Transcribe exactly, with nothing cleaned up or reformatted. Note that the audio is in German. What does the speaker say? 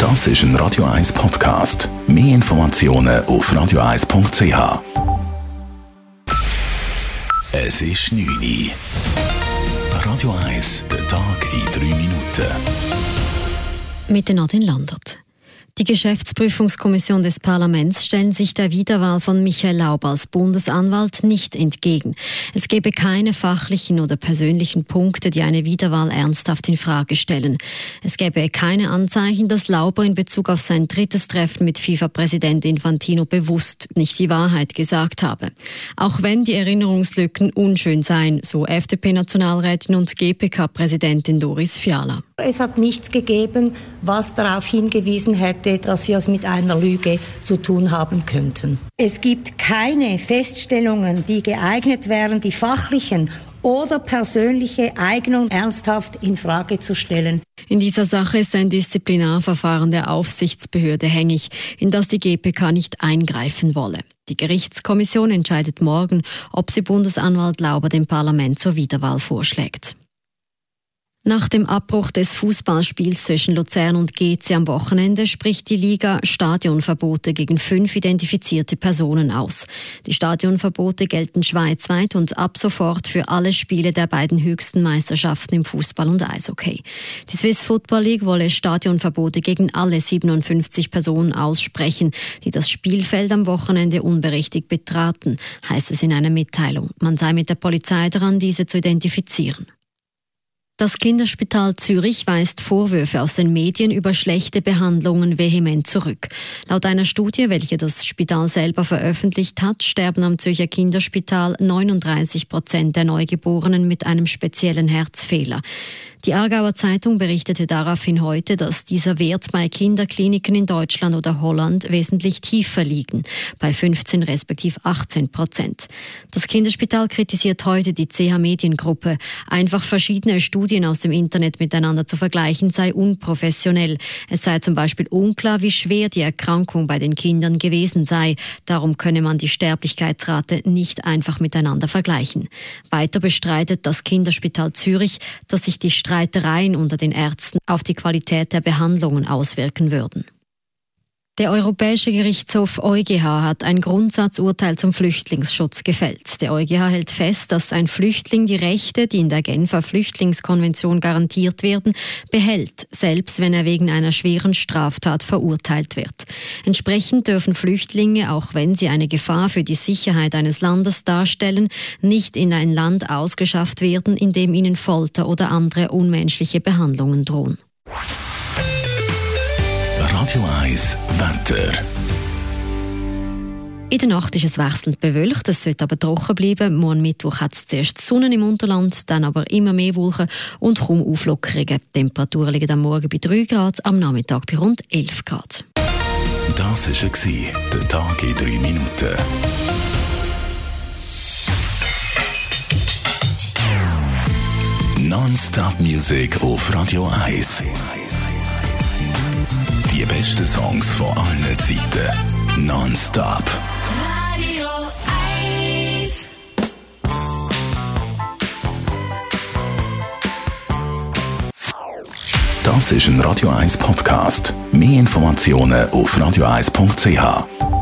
Das ist ein Radio eins Podcast. Mehr Informationen auf radio eins punkt c h. Es ist neun Uhr. Radio eins, der Tag in drei Minuten. Mit Nadine Landert. Die Geschäftsprüfungskommission des Parlaments stellen sich der Wiederwahl von Michael Lauber als Bundesanwalt nicht entgegen. Es gebe keine fachlichen oder persönlichen Punkte, die eine Wiederwahl ernsthaft in Frage stellen. Es gäbe keine Anzeichen, dass Lauber in Bezug auf sein drittes Treffen mit FIFA-Präsident Infantino bewusst nicht die Wahrheit gesagt habe. Auch wenn die Erinnerungslücken unschön seien, so F D P-Nationalrätin und G P K-Präsidentin Doris Fiala. Es hat nichts gegeben, was darauf hingewiesen hätte, dass wir es mit einer Lüge zu tun haben könnten. Es gibt keine Feststellungen, die geeignet wären, die fachlichen oder persönliche Eignung ernsthaft in Frage zu stellen. In dieser Sache ist ein Disziplinarverfahren der Aufsichtsbehörde hängig, in das die G P K nicht eingreifen wolle. Die Gerichtskommission entscheidet morgen, ob sie Bundesanwalt Lauber dem Parlament zur Wiederwahl vorschlägt. Nach dem Abbruch des Fußballspiels zwischen Luzern und G C am Wochenende spricht die Liga Stadionverbote gegen fünf identifizierte Personen aus. Die Stadionverbote gelten schweizweit und ab sofort für alle Spiele der beiden höchsten Meisterschaften im Fußball und Eishockey. Die Swiss Football League wolle Stadionverbote gegen alle siebenundfünfzig Personen aussprechen, die das Spielfeld am Wochenende unberechtigt betraten, heißt es in einer Mitteilung. Man sei mit der Polizei daran, diese zu identifizieren. Das Kinderspital Zürich weist Vorwürfe aus den Medien über schlechte Behandlungen vehement zurück. Laut einer Studie, welche das Spital selber veröffentlicht hat, sterben am Zürcher Kinderspital neununddreißig Prozent der Neugeborenen mit einem speziellen Herzfehler. Die Aargauer Zeitung berichtete daraufhin heute, dass dieser Wert bei Kinderkliniken in Deutschland oder Holland wesentlich tiefer liegen, bei fünfzehn respektive achtzehn Prozent. Das Kinderspital kritisiert heute die C H Mediengruppe. Einfach verschiedene Studien aus dem Internet miteinander zu vergleichen sei unprofessionell. Es sei zum Beispiel unklar, wie schwer die Erkrankung bei den Kindern gewesen sei. Darum könne man die Sterblichkeitsrate nicht einfach miteinander vergleichen. Weiter bestreitet das Kinderspital Zürich, dass sich die Streitereien unter den Ärzten auf die Qualität der Behandlungen auswirken würden. Der Europäische Gerichtshof EuGH hat ein Grundsatzurteil zum Flüchtlingsschutz gefällt. Der EuGH hält fest, dass ein Flüchtling die Rechte, die in der Genfer Flüchtlingskonvention garantiert werden, behält, selbst wenn er wegen einer schweren Straftat verurteilt wird. Entsprechend dürfen Flüchtlinge, auch wenn sie eine Gefahr für die Sicherheit eines Landes darstellen, nicht in ein Land ausgeschafft werden, in dem ihnen Folter oder andere unmenschliche Behandlungen drohen. Radio eins Wetter. In der Nacht ist es wechselnd bewölkt, es wird aber trocken bleiben. Morgen Mittwoch hat es zuerst Sonne im Unterland, dann aber immer mehr Wolken und kaum Auflockerungen. Die Temperaturen liegen am Morgen bei drei Grad, am Nachmittag bei rund elf Grad. Das war der Tag in drei Minuten. Non-Stop Music auf Radio eins. Die besten Songs von allen Zeiten. Non-Stop. Radio eins. Das ist ein Radio eins Podcast. Mehr Informationen auf radio eins punkt c h.